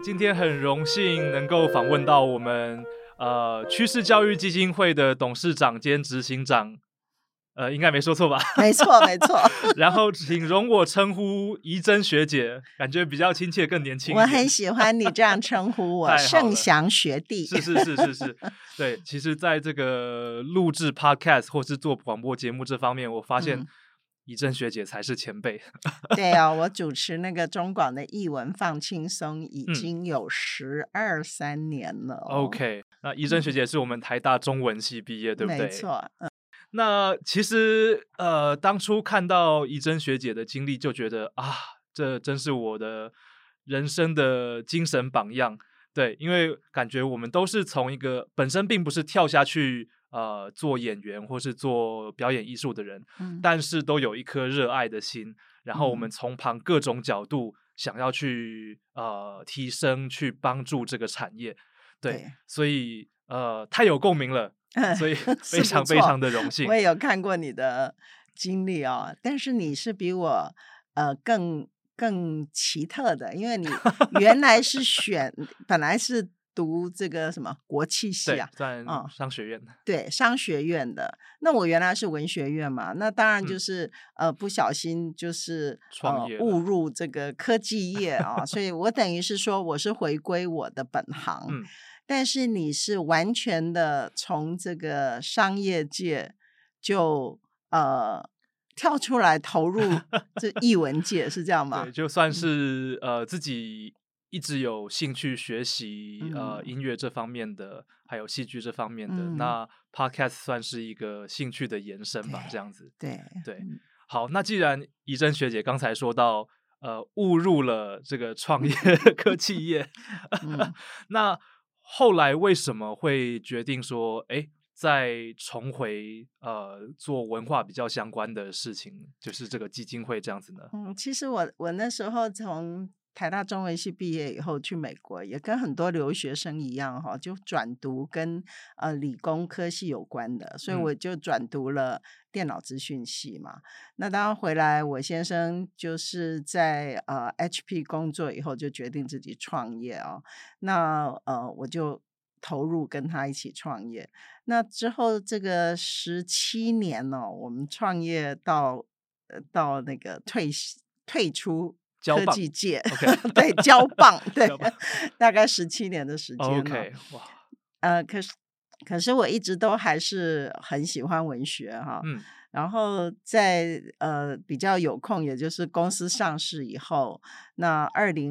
今天很荣幸能够访问到我们趋势教育基金会的董事长兼执行长，应该没说错吧？ 没错没错。 然后请容我称呼怡珍学姐，感觉比较亲切，更年轻一点。 我很喜欢你这样称呼我，盛祥学弟。 是，对，其实在这个录制 podcast 或是做广播节目这方面，我发现怡珍学姐才是前辈。 对啊，我主持那个中广的艺文放轻松已经有12-13年了。 OK， 那怡珍学姐是我们台大中文系毕业，对不对？ 没错。 那其实当初看到怡珍学姐的经历，就觉得啊，这真是我的人生的精神榜样。对，因为感觉我们都是从一个本身并不是跳下去做演员或是做表演艺术的人，但是都有一颗热爱的心，然后我们从旁各种角度想要去提升，去帮助这个产业。对，所以太有共鸣了。所以非常非常的荣幸。 我也有看过你的经历哦，但是你是比我更奇特的，因为你原来是本来是读这个什么国企系啊， 在商学院。 对，商学院的。那我原来是文学院嘛，那当然就是不小心就是创业误入这个科技业啊，所以我等于是说我是回归我的本行。但是你是完全的从这个商业界就跳出来投入这艺文界，是这样吗？ 对，就算是自己一直有兴趣学习音乐这方面的，还有戏剧这方面的，那 podcast 算是一个兴趣的延伸吧，这样子。 对。 好，那既然怡珍学姐刚才说到误入了这个创业科技业，那后来为什么会决定说再重回做文化比较相关的事情，就是这个基金会这样子呢？ 其实我那时候从台大中文系毕业以后去美国，也跟很多留学生一样就转读跟理工科系有关的，所以我就转读了电脑资讯系嘛。那当然回来，我先生就是在HP 工作以后就决定自己创业那我就投入跟他一起创业。那之后这个17年我们创业到那个退出科技界 ，okay. 对，交棒，对，大概17年的时间了。 OK， 哇，可是我一直都还是很喜欢文学然后在比较有空，也就是公司上市以后，那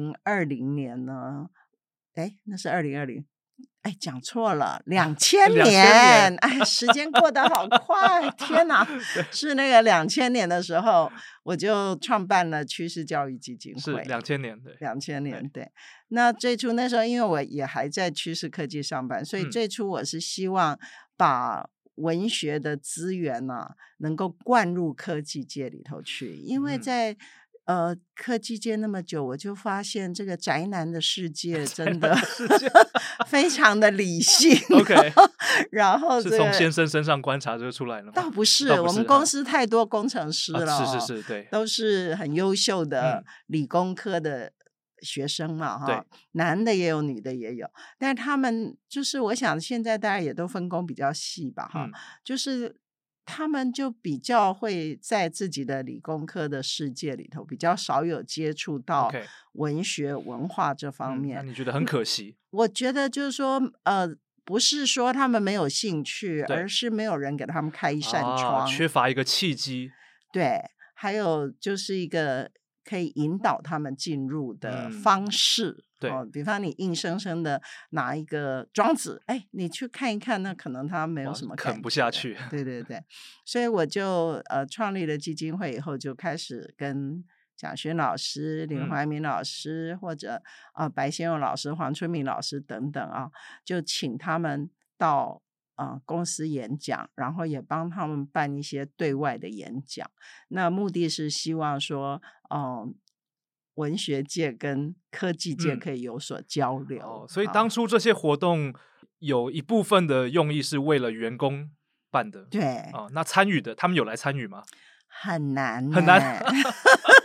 2020年呢，那是2020。讲错了，2000年。时间过得好快，天哪！是那个2000年的时候，我就创办了趋势教育基金会。 是2000年，对 ，2000年，对。那最初那时候，因为我也还在趋势科技上班，所以最初我是希望把文学的资源能够灌入科技界里头去，因为在科技界那么久，我就发现这个宅男的世界真的非常的理性。 OK， 然后是从先生身上观察就出来了吗？ 倒不是，我们公司太多工程师了， 是，对， 都是很优秀的理工科的学生嘛对， 男的也有，女的也有，但是他们就是我想现在大家也都分工比较细吧就是他们就比较会在自己的理工科的世界里头比较少有接触到文学文化这方面。 那你觉得很可惜？ 我觉得就是说不是说他们没有兴趣，而是没有人给他们开一扇窗， 缺乏一个契机。 对，还有就是一个可以引导他们进入的方式。 对， 比方你硬生生的拿一个庄子，你去看一看，那可能他没有什么感觉， 啃不下去。 对，所以我就创立了基金会以后，就开始跟蒋勋老师、林怀民老师，或者白先勇老师、黄春明老师等等就请他们到公司演讲，然后也帮他们办一些对外的演讲。那目的是希望说文学界跟科技界可以有所交流。 所以当初这些活动有一部分的用意是为了员工办的。 对那参与的他们有来参与吗？ 很难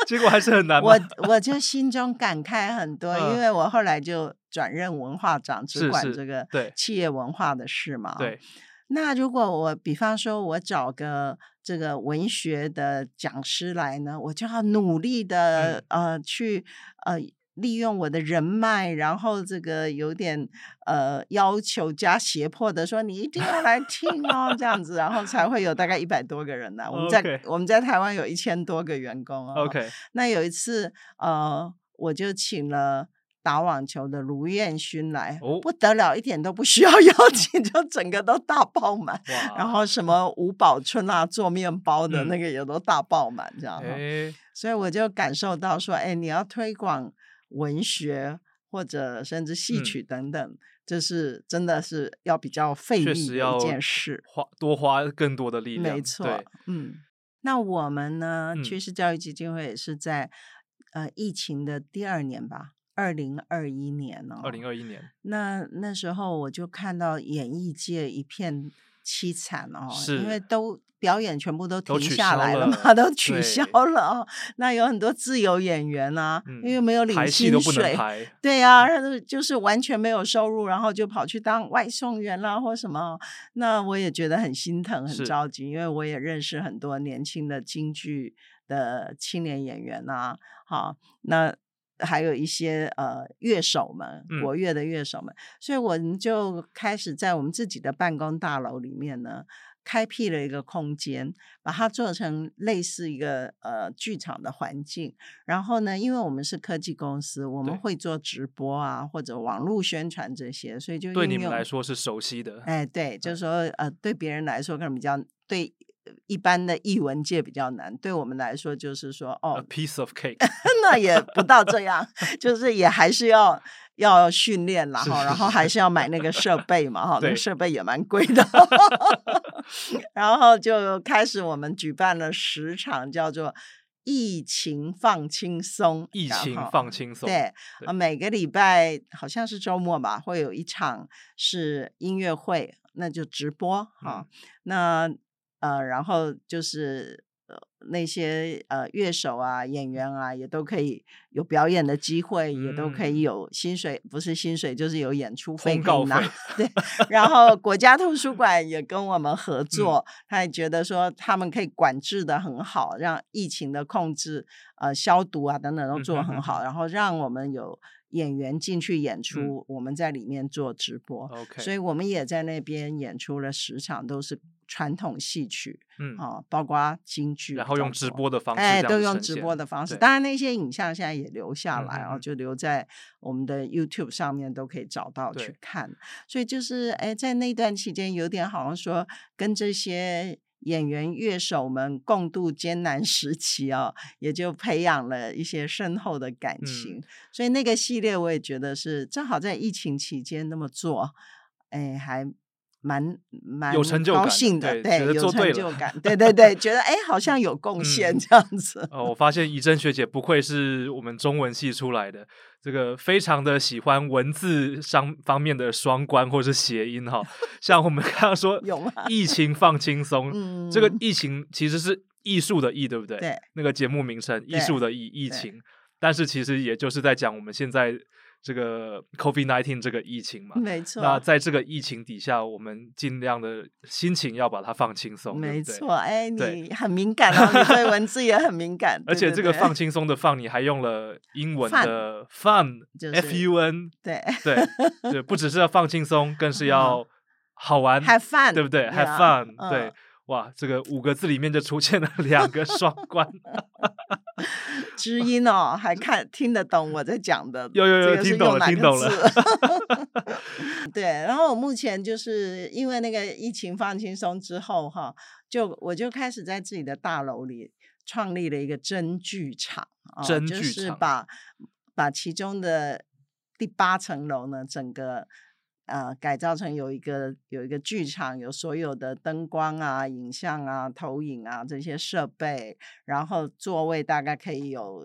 结果还是很难吗？ 我就心中感慨很多，因为我后来就转任文化长，只管这个企业文化的事嘛。 对。 那如果我比方说我找个这个文学的讲师来呢，我就要努力的去利用我的人脉，然后这个有点要求加胁迫的说你一定要来听哦这样子，然后才会有大概100多个人呢。我们在台湾有1000多个员工哦。 OK。 那有一次我就请了打网球的卢彦勋来，不得了，一点都不需要邀请，就整个都大爆满。然后什么吴宝春啊做面包的那个也都大爆满这样。所以我就感受到说你要推广文学或者甚至戏曲等等，这是真的是要比较费力的一件事， 多花更多的力量。 没错。那我们呢趋势教育基金会也是在疫情的第2年吧，2021年哦。 2021年。 那时候我就看到演艺界一片凄惨哦，因为表演全部都停下来了嘛，都取消了哦。那有很多自由演员啊，因为没有领薪水， 排戏都不能排。 对啊，就是完全没有收入，然后就跑去当外送员啦或什么。那我也觉得很心疼很着急，因为我也认识很多年轻的京剧的青年演员啊。好，那还有一些乐手们，国乐的乐手们，所以我们就开始在我们自己的办公大楼里面呢，开辟了一个空间，把它做成类似一个剧场的环境。然后呢，因为我们是科技公司，我们会做直播啊或者网络宣传这些，所以就对你们来说是熟悉的。 对，就是说对别人来说可能比较，对一般的艺文界比较难，对我们来说就是说 A piece of cake 那也不到这样，就是也还是要训练啦，然后还是要买那个设备嘛，那个设备也蛮贵的。然后就开始我们举办了10场叫做疫情放轻松。 疫情放轻松。 对，每个礼拜好像是周末吧，会有一场是音乐会，那就直播那然后就是那些乐手啊演员啊也都可以有表演的机会，也都可以有薪水，不是薪水就是有演出费可以拿。对，然后国家图书馆也跟我们合作，他也觉得说他们可以管制的很好，让疫情的控制消毒啊等等都做得很好，然后让我们有演员进去演出，我们在里面做直播。所以我们也在那边演出了10场，都是传统戏曲，包括京剧， 然后用直播的方式， 都用直播的方式。当然那些影像现在也留下来，就留在我们的 YouTube 上面都可以找到去看。所以就是在那段期间有点好像说跟这些演员乐手们共度艰难时期也就培养了一些深厚的感情。所以那个系列我也觉得是正好在疫情期间那么做，还蛮有成就感， 高兴的， 对， 有成就感，对，觉得好像有贡献这样子。 我发现怡珍学姐不愧是我们中文系出来的，这个非常的喜欢文字方面的双关或是谐音像我们刚刚说疫情放轻松，这个疫情其实是艺术的艺，对不对？ 对， 那个节目名称艺术的疫情，但是其实也就是在讲我们现在这个 COVID-19 这个疫情嘛， 没错。 那在这个疫情底下，我们尽量的心情要把它放轻松， 没错。你很敏感你对文字也很敏感。 而且这个放轻松的放，你还用了英文的 fun， F-U-N， 对，不只是要放轻松，更是要好玩 ，have fun， 对不对 ？have fun， 对。哇，这个5个字里面就出现了2个双关。 知音还听得懂我在讲的， 有听懂了。 对，然后我目前就是因为那个疫情放轻松之后我就开始在自己的大楼里创立了一个真剧场，就是把其中的第8层楼呢整个改造成有一个剧场，有所有的灯光啊、影像啊、投影啊这些设备，然后座位大概可以有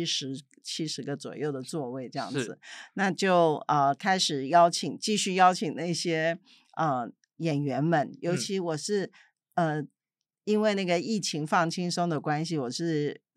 70个左右的座位这样子。那就开始继续邀请那些演员们，尤其我是因为那个疫情放轻松的关系，我是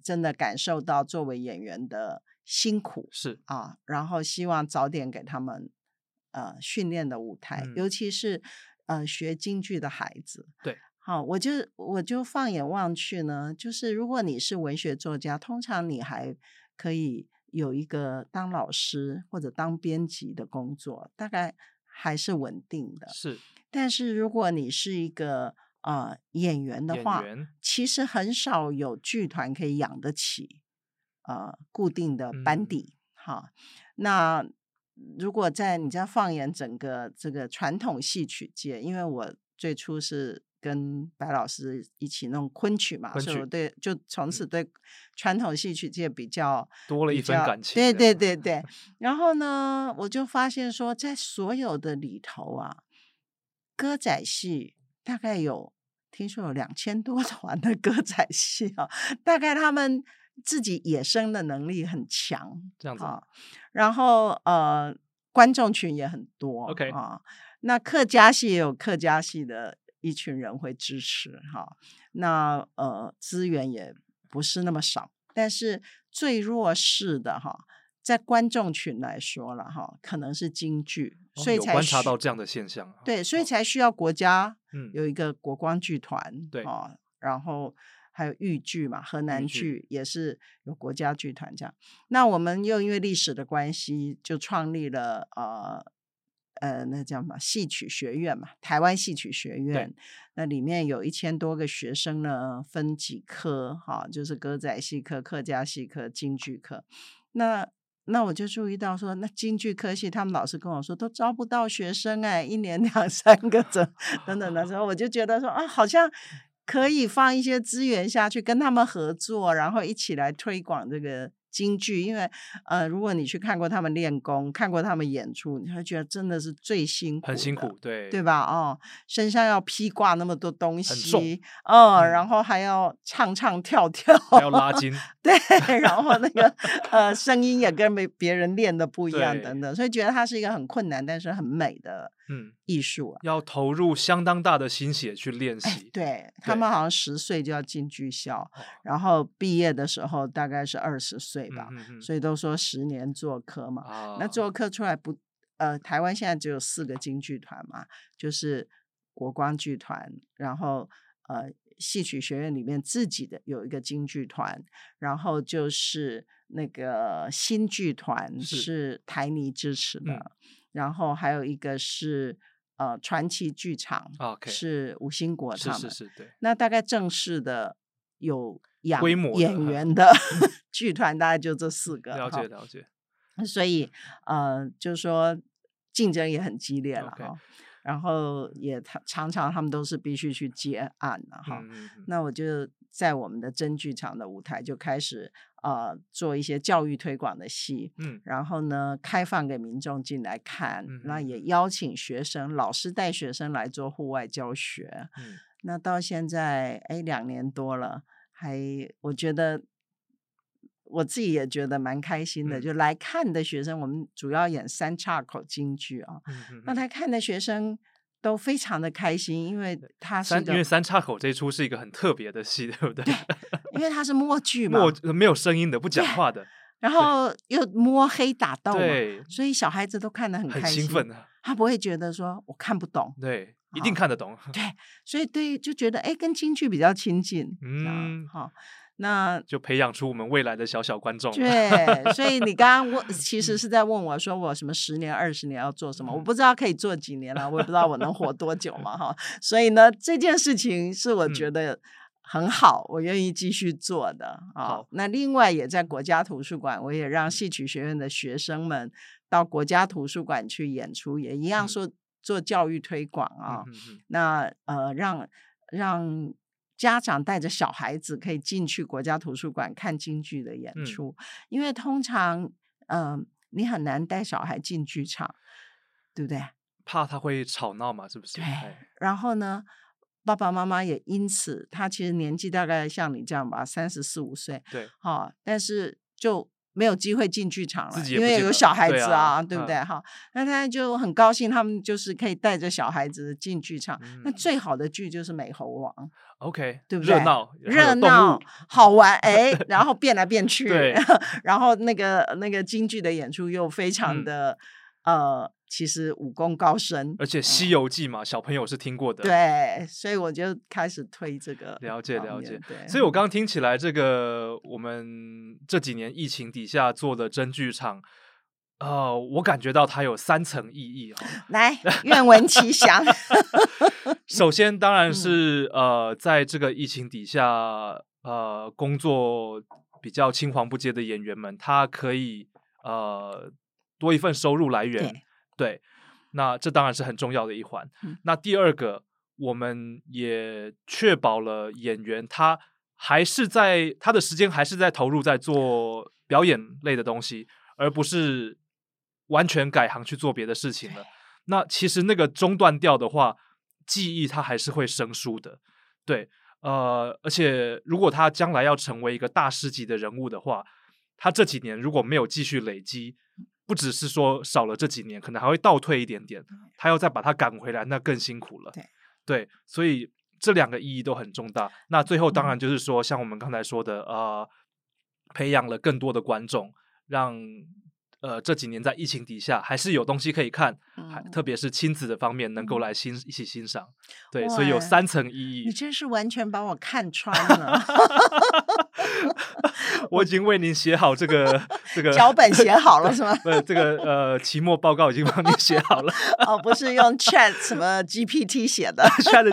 真的感受到作为演员的辛苦是啊，然后希望早点给他们训练的舞台，尤其是学京剧的孩子。 对， 好，我就放眼望去呢，就是如果你是文学作家，通常你还可以有一个当老师或者当编辑的工作，大概还是稳定的。 是， 但是如果你是一个演员的话，其实很少有剧团可以养得起固定的班底。好，那如果你再放眼整个这个传统戏曲界，因为我最初是跟白老师一起弄昆曲嘛，所以我就从此对传统戏曲界比较多了一份感情。 对对对对。然后呢，我就发现说，在所有的里头啊，歌仔戏大概听说有2000多团的歌仔戏啊，大概他们自己野生的能力很强， 这样子啊。 然后观众群也很多。 OK 啊，那客家戏也有客家戏的一群人会支持哈。那资源也不是那么少，但是最弱势的哈，在观众群来说了哈，可能是京剧，所以才有观察到这样的现象。 对，所以才需要国家有一个国光剧团。 对啊，然后还有豫剧嘛，河南剧也是有国家剧团这样。那我们又因为历史的关系，就创立了那叫什么戏曲学院嘛，台湾戏曲学院。那里面有1000多个学生呢，分几科哈，就是歌仔戏科、客家戏科、京剧科。那我就注意到说，那京剧科系他们老师跟我说都招不到学生1年2、3个等等的时候，我就觉得说好像可以放一些资源下去跟他们合作，然后一起来推广这个京剧。因为如果你去看过他们练功，看过他们演出，你会觉得真的是最辛苦的， 很辛苦，对吧？身上要披挂那么多东西，然后还要唱跳， 还要拉筋对，然后那个声音也跟别人练的不一样等等，所以觉得它是一个很困难但是很美的艺术要投入相当大的心血去练习。 对，他们好像10岁就要进剧校，然后毕业的时候大概是20岁吧，所以都说10年做科嘛。那做科出来台湾现在只有4个京剧团嘛，就是国光剧团，然后戏曲学院里面自己的有一个京剧团，然后就是那个新剧团是台泥支持的，然后还有一个是传奇剧场，是吴兴国他们。 是对。 那大概正式的有养规模演员的剧团大概就这4个。 了解。 所以就是说竞争也很激烈了哈。然后也常常他们都是必须去接案了哈。那我就在我们的真剧场的舞台就开始做一些教育推广的戏，然后呢开放给民众进来看，那也邀请学生老师带学生来做户外教学。那到现在2年多了，我觉得我自己也觉得蛮开心的，就来看的学生，我们主要演3岔口京剧啊，那来看的学生都非常的开心，因为它是因为3岔口这一出是一个很特别的戏，对不对？ 对，因为它是默剧嘛， 没有声音的，不讲话的， 然后又摸黑打斗嘛， 对， 所以小孩子都看得很开心， 很兴奋啊， 他不会觉得说我看不懂， 对，一定看得懂， 对，所以就觉得跟京剧比较亲近，好。那就培养出我们未来的小小观众。 对，所以你刚刚其实是在问我说我什么10年20年要做什么，我不知道可以做几年了，我也不知道我能活多久嘛哈。所以呢，这件事情是我觉得很好，我愿意继续做的啊。那另外也在国家图书馆，我也让戏曲学院的学生们到国家图书馆去演出，也一样做教育推广啊。那让家长带着小孩子可以进去国家图书馆看京剧的演出，因为通常你很难带小孩进剧场，对不对？ 怕他会吵闹嘛，是不是？ 对。然后呢，爸爸妈妈也因此，他其实年纪大概像你这样吧，34、35岁， 对， 但是就没有机会进剧场了，因自己也不见得为有小孩对子啊对不对？哈，那他就很高兴，他们就是可以带着小孩子进剧场。那最好的剧就是《美猴王》 ，OK， 对不对？ 热闹，然后有动热闹物， 好玩，然后变来变去， 对然后那个京剧的演出又非常的其实武功高深， 而且《西游记》嘛，小朋友是听过的。 对，所以我就开始推这个了解方面了解。 对， 所以我刚刚听起来，这个我们这几年疫情底下做的真剧场，我感觉到它有3层意义哈。 来，愿闻其详。 首先，当然是在这个疫情底下，工作比较青黄不接的演员们，他可以多一份收入来源。对，那这当然是很重要的一环。那第二个，我们也确保了演员他的时间还是在投入在做表演类的东西，而不是完全改行去做别的事情了。那其实那个中断掉的话，记忆它还是会生疏的。对，而且如果他将来要成为一个大师级的人物的话，他这几年如果没有继续累积，不只是说少了这几年，可能还会倒退一点点，他要再把他赶回来，那更辛苦了。对，所以这2个意义都很重大。那最后当然就是说，像我们刚才说的，培养了更多的观众，让这几年在疫情底下还是有东西可以看，特别是亲子的方面能够来一起欣赏。对，所以有3层意义。 你真是完全把我看穿了。 我已经为您写好这个脚本写好了是吗？ 这个期末报告已经帮你写好了。 不是用 Chat 什么 GPT 写的。 Chat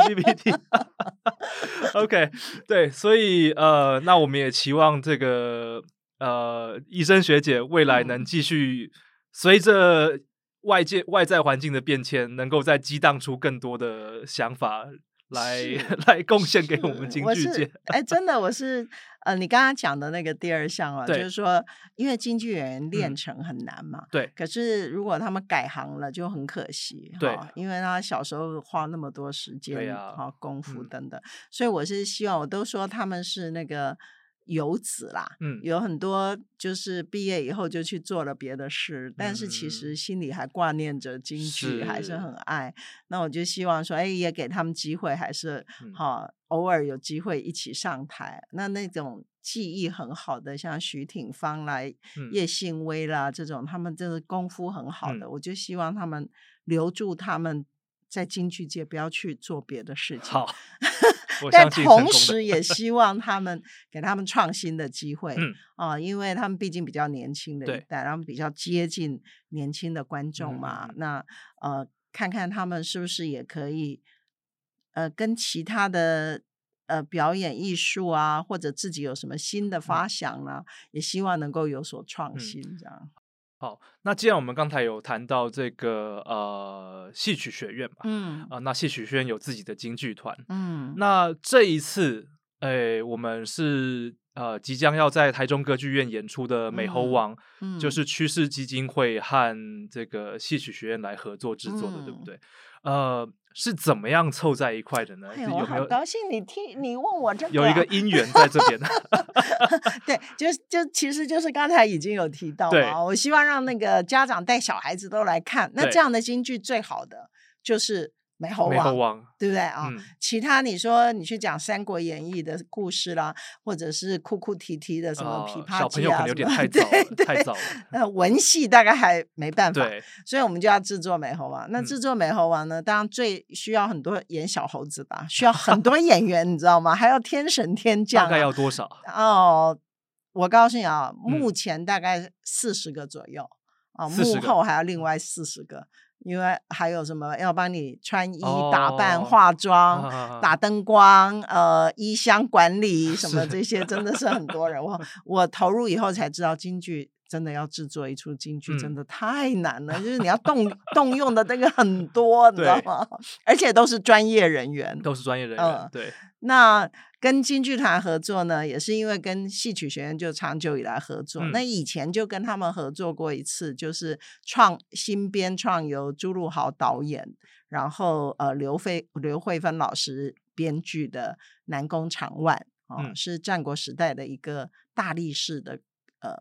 GPT。OK， 对，所以那我们也期望这个医生学姐未来能继续随着外在环境的变迁，能够再激荡出更多的想法来贡献给我们京剧界。 真的，我是你刚刚讲的那个第2项就是说，因为京剧演员练成很难嘛， 对。 可是如果他们改行了，就很可惜， 对， 因为他小时候花那么多时间、功夫等等，所以我是希望，我都说他们是那个游子啦，有很多就是毕业以后就去做了别的事，但是其实心里还挂念着京剧，还是很爱。那我就希望说，也给他们机会，还是偶尔有机会一起上台。那种技艺很好的，像徐挺芳啦、叶信薇啦这种，他们这个功夫很好的，我就希望他们留住他们在京剧界，不要去做别的事情。 好。 但同时也希望给他们创新的机会，因为他们毕竟比较年轻的一代，然后比较接近年轻的观众嘛。那看看他们是不是也可以跟其他的表演艺术啊，或者自己有什么新的发想啊，也希望能够有所创新这样。 好，那既然我们刚才有谈到这个戏曲学院吧，那戏曲学院有自己的京剧团，那这一次，我们是即将要在台中歌剧院演出的《美猴王》，就是趋势基金会和这个戏曲学院来合作制作的，对不对？是怎么样凑在一块的呢？有没有？ 我好高兴你问我这个， 有一个因缘在这边。 对，其实就是刚才已经有提到了，我希望让那个家长带小孩子都来看，那这样的京剧最好的就是美猴王，对不对啊？其他你说你去讲《三国演义》的故事啦，或者是哭哭啼啼的什么琵琶小朋友可能有点太早了，太早了。 文戏大概还没办法，所以我们就要制作美猴王。那制作美猴王呢，当然最需要很多演小猴子吧，需要很多演员，你知道吗？还要天神天将， 大概要多少？ 我告诉你目前大概40个左右幕后还要另外40个。因为还有什么要帮你穿衣打扮、化妆、打灯光、衣箱管理什么这些，真的是很多人。我投入以后才知道，京剧真的要制作一出京剧真的太难了，就是你要动用的那个很多，你知道吗？而且都是专业人员，对。那跟京剧团合作呢，也是因为跟戏曲学院就长久以来合作，那以前就跟他们合作过一次，就是新编创由朱陆豪导演，然后刘慧芬老师编剧的《南宫长万》是战国时代的一个大力士的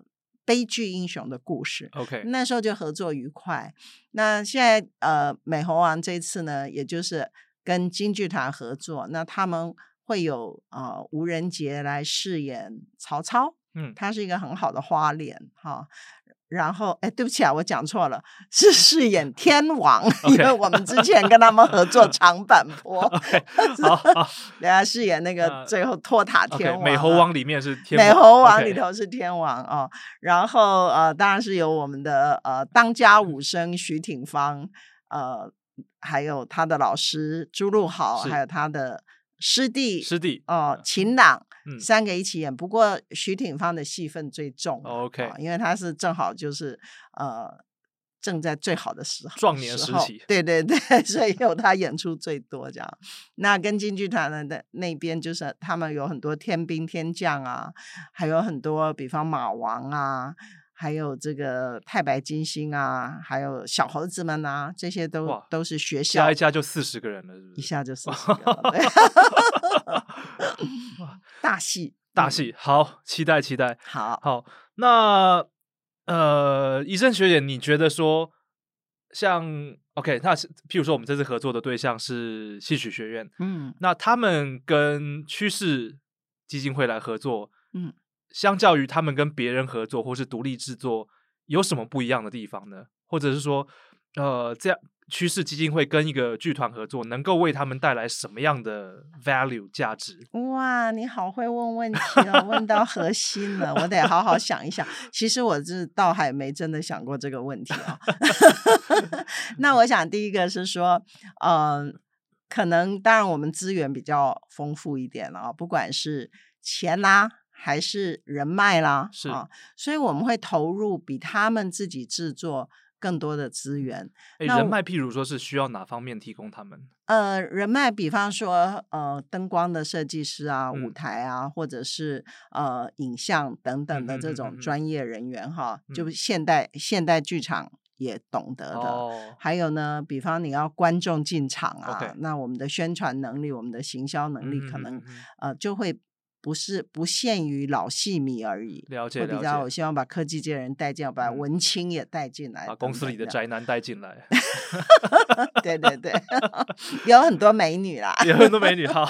悲剧英雄的故事。 OK， 那时候就合作愉快。那现在美猴王这次呢，也就是跟京剧团合作，那他们会有吴仁杰来饰演曹操，他是一个很好的花脸哈。然后对不起啊，我讲错了，是饰演天王因为我们之前跟他们合作长坂坡好， 对啊，饰演那个最后托塔天王， 美猴王里面是天王， 美猴王里头是天王哦。然后当然是有我们的当家武生徐挺芳，还有他的老师朱陆豪，还有他的师弟秦朗，三个一起演。不过徐挺芳的戏份最重 ，OK， 因为他是正好就是正在最好的时候， 壮年时期， 对对对，所以有他演出最多这样。那跟京剧团的那边就是他们有很多天兵天将啊，还有很多比方马王啊，还有这个太白金星啊，还有小猴子们啊，这些都是学校加一加就40个人了，是不是？ 一下就40个了，对大戏， 好，期待。好，那医生学姐，你觉得说像 OK， 那譬如说我们这次合作的对象是戏曲学院，那他们跟趋势基金会来合作，相较于他们跟别人合作或是独立制作，有什么不一样的地方呢？或者是说这样趋势基金会跟一个剧团合作，能够为他们带来什么样的 value 价值？ 哇，你好会问问题哦，问到核心了，我得好好想一想。其实我倒还没真的想过这个问题哦。那我想第一个是说，可能当然我们资源比较丰富一点了，不管是钱啦，还是人脉啦， 是所以我们会投入比他们自己制作更多的资源。 人脉譬如说是需要哪方面提供他们？ 人脉比方说灯光的设计师啊，舞台啊，或者是影像等等的这种专业人员哈，就现代剧场也懂得的。还有呢，比方你要观众进场啊，那我们的宣传能力，我们的行销能力可能就会不限于老戏迷而已， 了解。 会比较我希望把科技界人带进来，把文青也带进来， 把公司里的宅男带进来。 对对对，有很多美女啦， 有很多美女。好，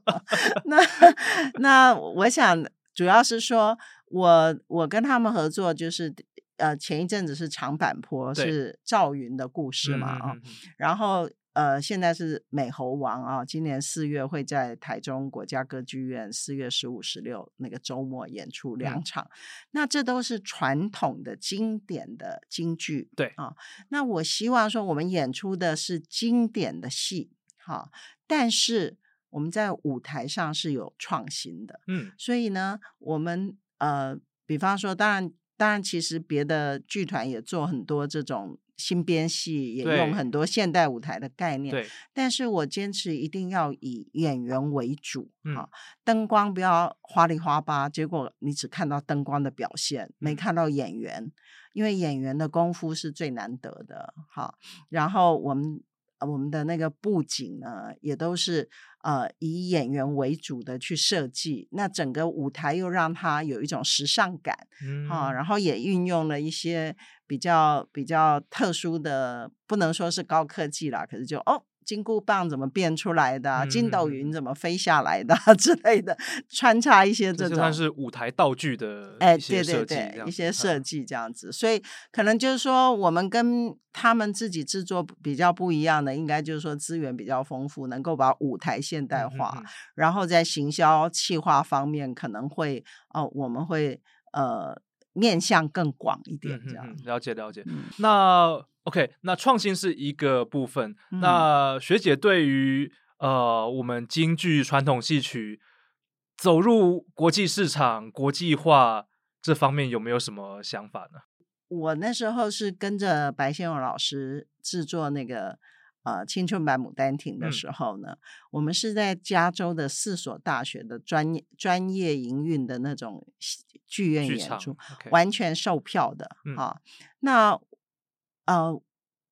那我想主要是说我跟他们合作就是前一阵子是长坂坡，是赵云的故事嘛然后现在是美猴王啊，今年4月会在台中国家歌剧院4月15、16那个周末演出2场。那这都是传统的经典的京剧， 对那我希望说我们演出的是经典的戏，但是我们在舞台上是有创新的，所以呢，我们比方说，当然其实别的剧团也做很多这种新编戏，也用很多现代舞台的概念，但是我坚持一定要以演员为主，灯光不要花里花巴，结果你只看到灯光的表现，没看到演员，因为演员的功夫是最难得的。然后我们的那个布景呢，也都是以演员为主的去设计，那整个舞台又让它有一种时尚感，然后也运用了一些比较特殊的，不能说是高科技啦，可是就金箍棒怎么变出来的，筋斗云怎么飞下来的之类的，穿插一些这种， 就算是舞台道具的一些设计， 对，一些设计这样子。所以可能就是说我们跟他们自己制作比较不一样的，应该就是说资源比较丰富，能够把舞台现代化，然后在行销企划方面可能会我们会面向更广一点这样。 了解。那 OK， 那创新是一个部分，那学姐对于我们京剧传统戏曲走入国际市场国际化这方面有没有什么想法呢？ 我那时候是跟着白先勇老师制作那个青春版牡丹亭的时候呢，我们是在加州的4所大学的专业营运的那种剧院演出，完全售票的那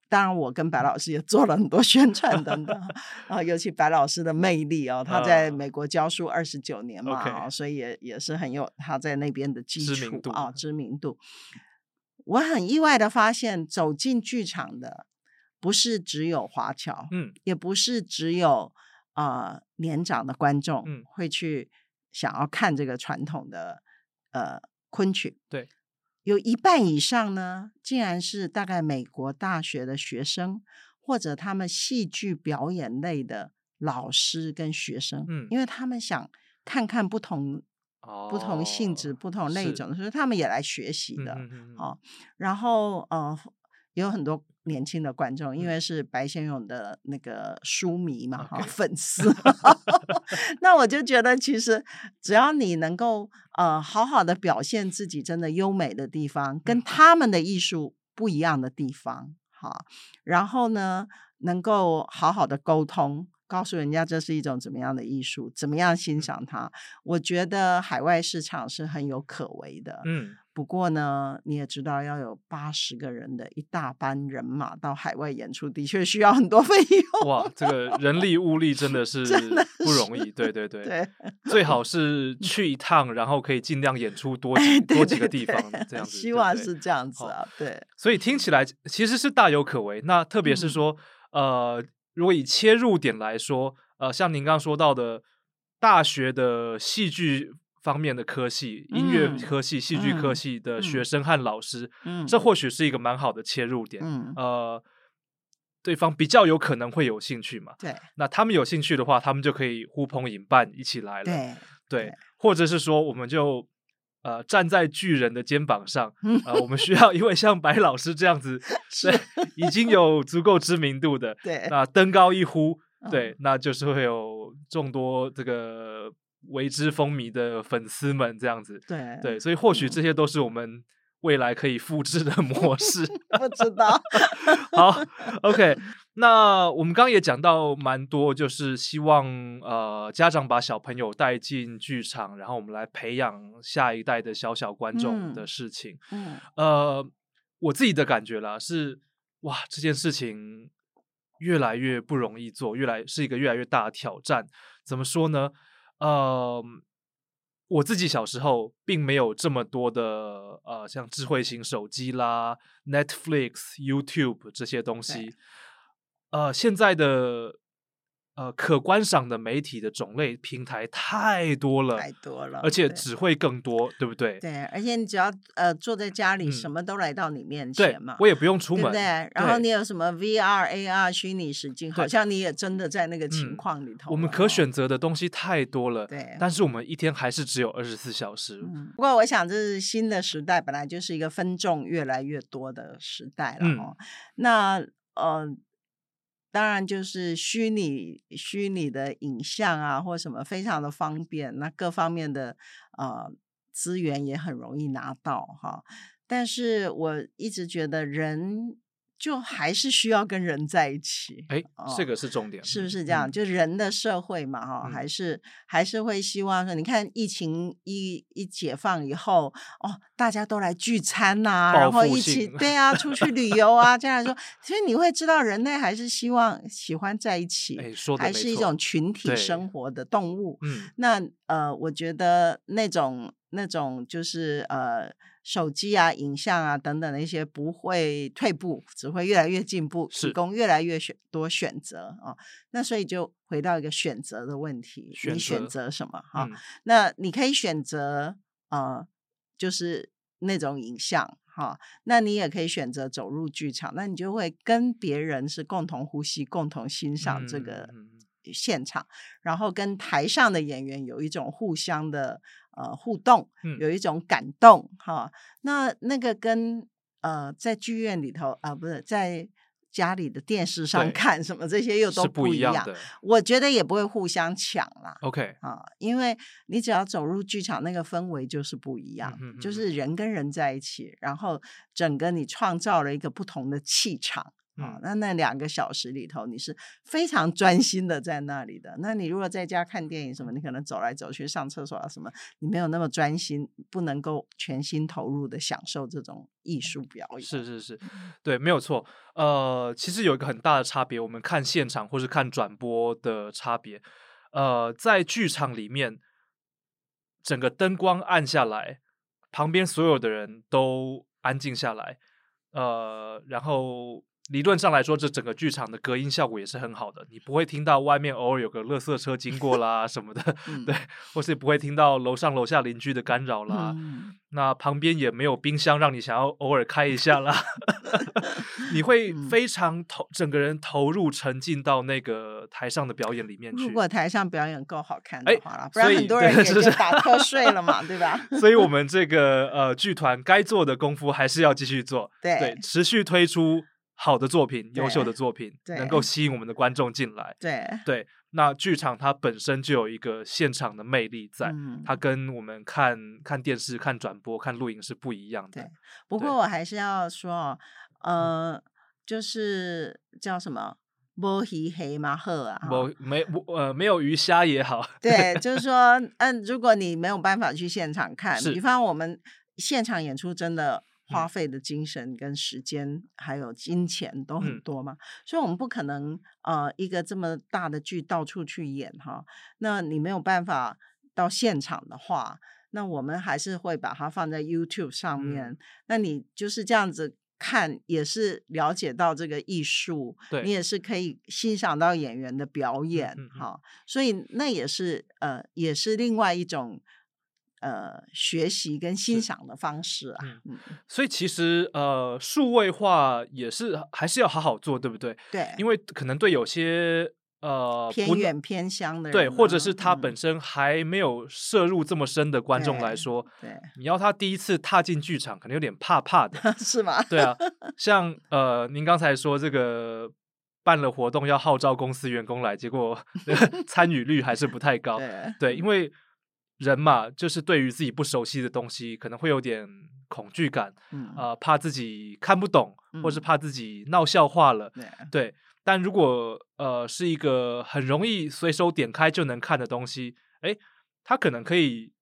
当然我跟白老师也做了很多宣传等等尤其白老师的魅力他在美国教书29年嘛所以也是很有他在那边的基础知名度。我很意外的发现走进剧场的不是只有华侨也不是只有年长的观众会去想要看这个传统的昆曲， 对， 有一半以上呢竟然是大概美国大学的学生或者他们戏剧表演类的老师跟学生因为他们想看看不同性质不同类种，所以他们也来学习的然后也有很多年轻的观众因为是白先勇的那个书迷嘛粉丝那我就觉得其实只要你能够好好的表现自己真的优美的地方跟他们的艺术不一样的地方然后呢能够好好的沟通告诉人家这是一种怎么样的艺术怎么样欣赏它我觉得海外市场是很有可为的不过呢你也知道要有80个人的一大班人马到海外演出的确需要很多费用哇这个人力物力真的是不容易对对对对，最好是去一趟然后可以尽量演出多几个地方这样子希望是这样子对， 所以听起来其实是大有可为。那特别是说如果以切入点来说像您刚刚说到的大学的戏剧方面的科系音乐科系戏剧科系的学生和老师这或许是一个蛮好的切入点对方比较有可能会有兴趣嘛对， 那他们有兴趣的话他们就可以呼朋引伴一起来了对，或者是说我们就站在巨人的肩膀上我们需要一位像白老师这样子对已经有足够知名度的对， 那登高一呼对那就是会有众多这个为之风靡的粉丝们这样子对，所以或许这些都是我们未来可以复制的模式不知道好 OK 那我们刚刚也讲到蛮多就是希望家长把小朋友带进剧场然后我们来培养下一代的小观众的事情我自己的感觉啦是哇这件事情越来越不容易做是一个越来越大的挑战怎么说呢我自己小时候并没有这么多的像智慧型手机啦 Netflix、YouTube 这些东西现在的可观赏的媒体的种类平台太多了而且只会更多对不对对而且你只要坐在家里什么都来到你面前嘛对我也不用出门对不对然后你有什么 VR AR 虚拟实境好像你也真的在那个情况里头我们可选择的东西太多了对但是我们一天还是只有24小时不过我想这是新的时代本来就是一个分众越来越多的时代了那当然就是虚拟的影像啊或什么非常的方便那各方面的资源也很容易拿到但是我一直觉得人就还是需要跟人在一起这个是重点是不是这样就人的社会嘛还是会希望说你看疫情一解放以后大家都来聚餐啊然后一起对啊出去旅游啊这样说所以你会知道人类还是喜欢在一起还是一种群体生活的动物那我觉得那种就是手机啊影像啊等等的一些不会退步只会越来越进步提供越来越多选择那所以就回到一个选择的问题你选择什么那你可以选择就是那种影像那你也可以选择走入剧场那你就会跟别人是共同呼吸共同欣赏这个现场然后跟台上的演员有一种互相的互动有一种感动那个跟在剧院里头不是在家里的电视上看什么这些又都不一样的我觉得也不会互相抢啦 OK 因为你只要走入剧场那个氛围就是不一样就是人跟人在一起然后整个你创造了一个不同的气场那2个小时里头你是非常专心的在那里的。那你如果在家看电影什么，你可能走来走去上厕所啊什么，你没有那么专心，不能够全心投入的享受这种艺术表演。 是，对，没有错。其实有一个很大的差别，我们看现场或是看转播的差别。在剧场里面，整个灯光暗下来，旁边所有的人都安静下来，然后理论上来说，这整个剧场的隔音效果也是很好的，你不会听到外面偶尔有个垃圾车经过啦什么的，对，或是不会听到楼上楼下邻居的干扰啦，那旁边也没有冰箱让你想要偶尔开一下啦，你会非常整个人投入沉浸到那个台上的表演里面去。 如果台上表演够好看的话啦，不然很多人也就打瞌睡了嘛，对吧？ 所以我们这个剧团该做的功夫还是要继续做， 对， 持续推出好的作品，优秀的作品，能够吸引我们的观众进来。对，那剧场它本身就有一个现场的魅力在，它跟我们看电视、看转播、看录影是不一样的。 对，不过我还是要说，就是叫什么“没鱼黑嘛好啊”， 没有鱼虾也好。 对，就是说，如果你没有办法去现场看，比方我们现场演出真的花费的精神跟时间还有金钱都很多嘛，所以我们不可能一个这么大的剧到处去演哈。那你没有办法到现场的话，那我们还是会把它放在 YouTube 上面。那你就是这样子看，也是了解到这个艺术，你也是可以欣赏到演员的表演哈。所以那也是另外一种学习跟欣赏的方式啊。 所以其实数位化也是还是要好好做，对不对？ 对， 因为可能对有些偏远偏乡的人， 对，或者是他本身还没有涉入这么深的观众来说， 对， 你要他第一次踏进剧场，可能有点怕的， 是吗？ 对啊，像您刚才说这个办了活动要号召公司员工来，结果参与率还是不太高，对，因为人嘛，就是对于自己不熟悉的东西，可能会有点恐惧感，怕自己看不懂，或是怕自己闹笑话了，对。但如果是一个很容易随手点开就能看的东西，他可能可以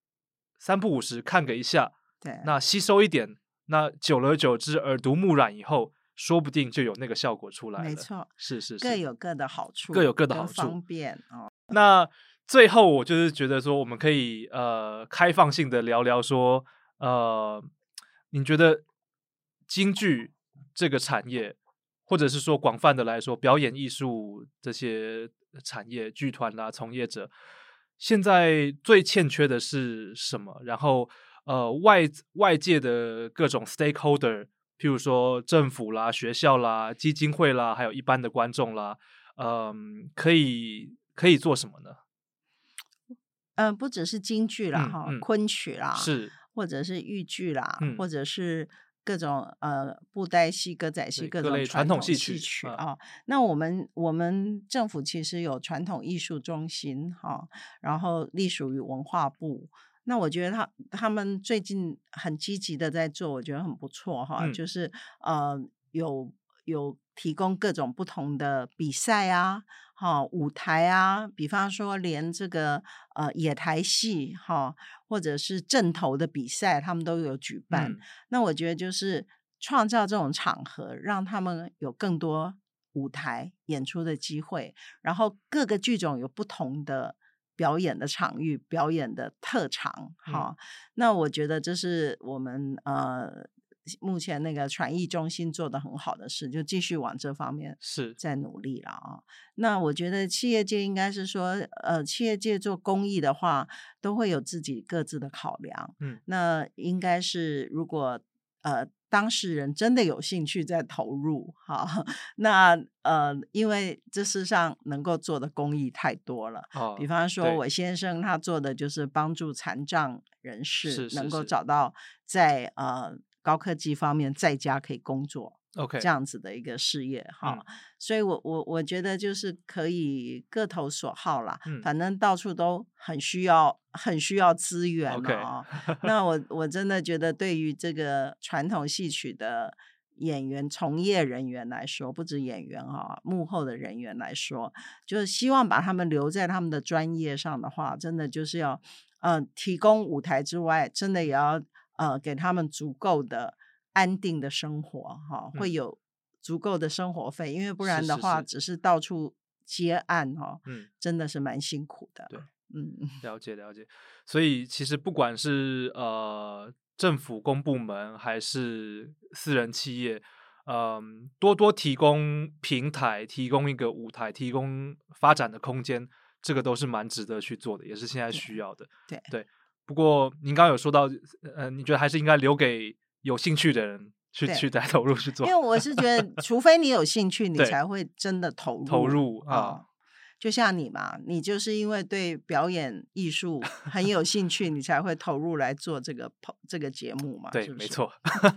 3不5时看个一下， 对， 那吸收一点，那久而久之耳濡目染以后，说不定就有那个效果出来了。 没错， 是， 各有各的好处， 各有各的好处， 方便哦。 那最后我就是觉得说，我们可以开放性的聊聊说，你觉得京剧这个产业，或者是说广泛的来说，表演艺术这些产业剧团啦、从业者，现在最欠缺的是什么？然后外界的各种 stakeholder， 譬如说政府啦、学校啦、基金会啦，还有一般的观众啦，可以做什么呢？ 不只是京剧啦，昆曲啦， 是， 或者是豫剧啦，或者是各种布袋戏、歌仔戏，各种传统戏曲啊。那我们政府其实有传统艺术中心哈，然后隶属于文化部。那我觉得他们最近很积极的在做，我觉得很不错哈，就是有提供各种不同的比赛啊，舞台啊，比方说连这个野台戏或者是阵头的比赛，他们都有举办。那我觉得就是创造这种场合，让他们有更多舞台演出的机会，然后各个剧种有不同的表演的场域、表演的特长那我觉得这是我们目前那个传艺中心做的很好的事，就继续往这方面在努力了啊。那我觉得企业界应该是说，企业界做公益的话，都会有自己各自的考量。那应该是如果当事人真的有兴趣在投入那因为这世上能够做的公益太多了，比方说我先生他做的就是帮助残障人士能够找到在高科技方面在家可以工作这样子的一个事业所以我觉得就是可以各投所好啦，反正到处都很需要资源那我真的觉得对于这个传统戏曲的演员从业人员来说，不止演员幕后的人员来说，就是希望把他们留在他们的专业上的话，真的就是要提供舞台之外，真的也要给他们足够的安定的生活会有足够的生活费，因为不然的话只是到处接案真的是蛮辛苦的。 对，了解。所以其实不管是政府公部门还是私人企业，多多提供平台，提供一个舞台，提供发展的空间，这个都是蛮值得去做的，也是现在需要的。对。不过您刚刚有说到你觉得还是应该留给有兴趣的人去再投入去做， 因为我是觉得除非你有兴趣你才会真的投入就像你嘛，你就是因为对表演艺术很有兴趣你才会投入来做这个节目嘛。 对， 是不是？ 没错。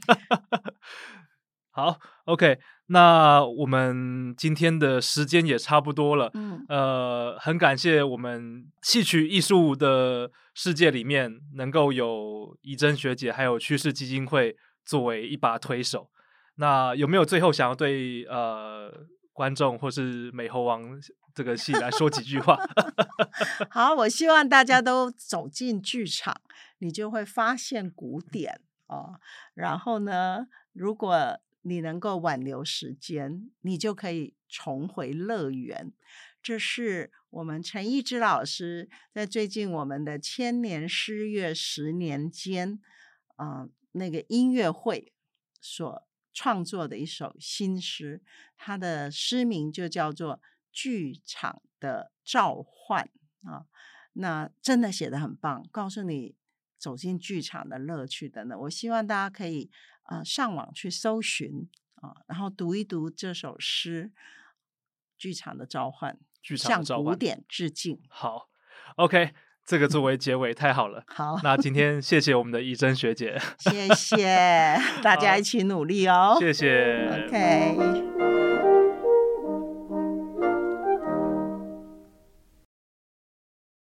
好 OK， 那我们今天的时间也差不多了。很感谢我们戏曲艺术的世界里面能够有怡珍学姐还有趋势基金会作为一把推手。那有没有最后想要对观众或是美猴王这个戏来说几句话？ 好，我希望大家都走进剧场，你就会发现古典然后呢，如果你能够挽留时间，你就可以重回乐园。这是我们陈义之老师在最近我们的千年诗乐10年间那个音乐会所创作的一首新诗，它的诗名就叫做《剧场的召唤》那真的写得很棒，告诉你走进剧场的乐趣等等。我希望大家可以上网去搜寻然后读一读这首诗《剧场的召唤》，向古典致敬。 好 OK， 这个作为结尾太好了。 好， 那今天谢谢我们的怡珍学姐。 谢谢大家一起努力谢谢 OK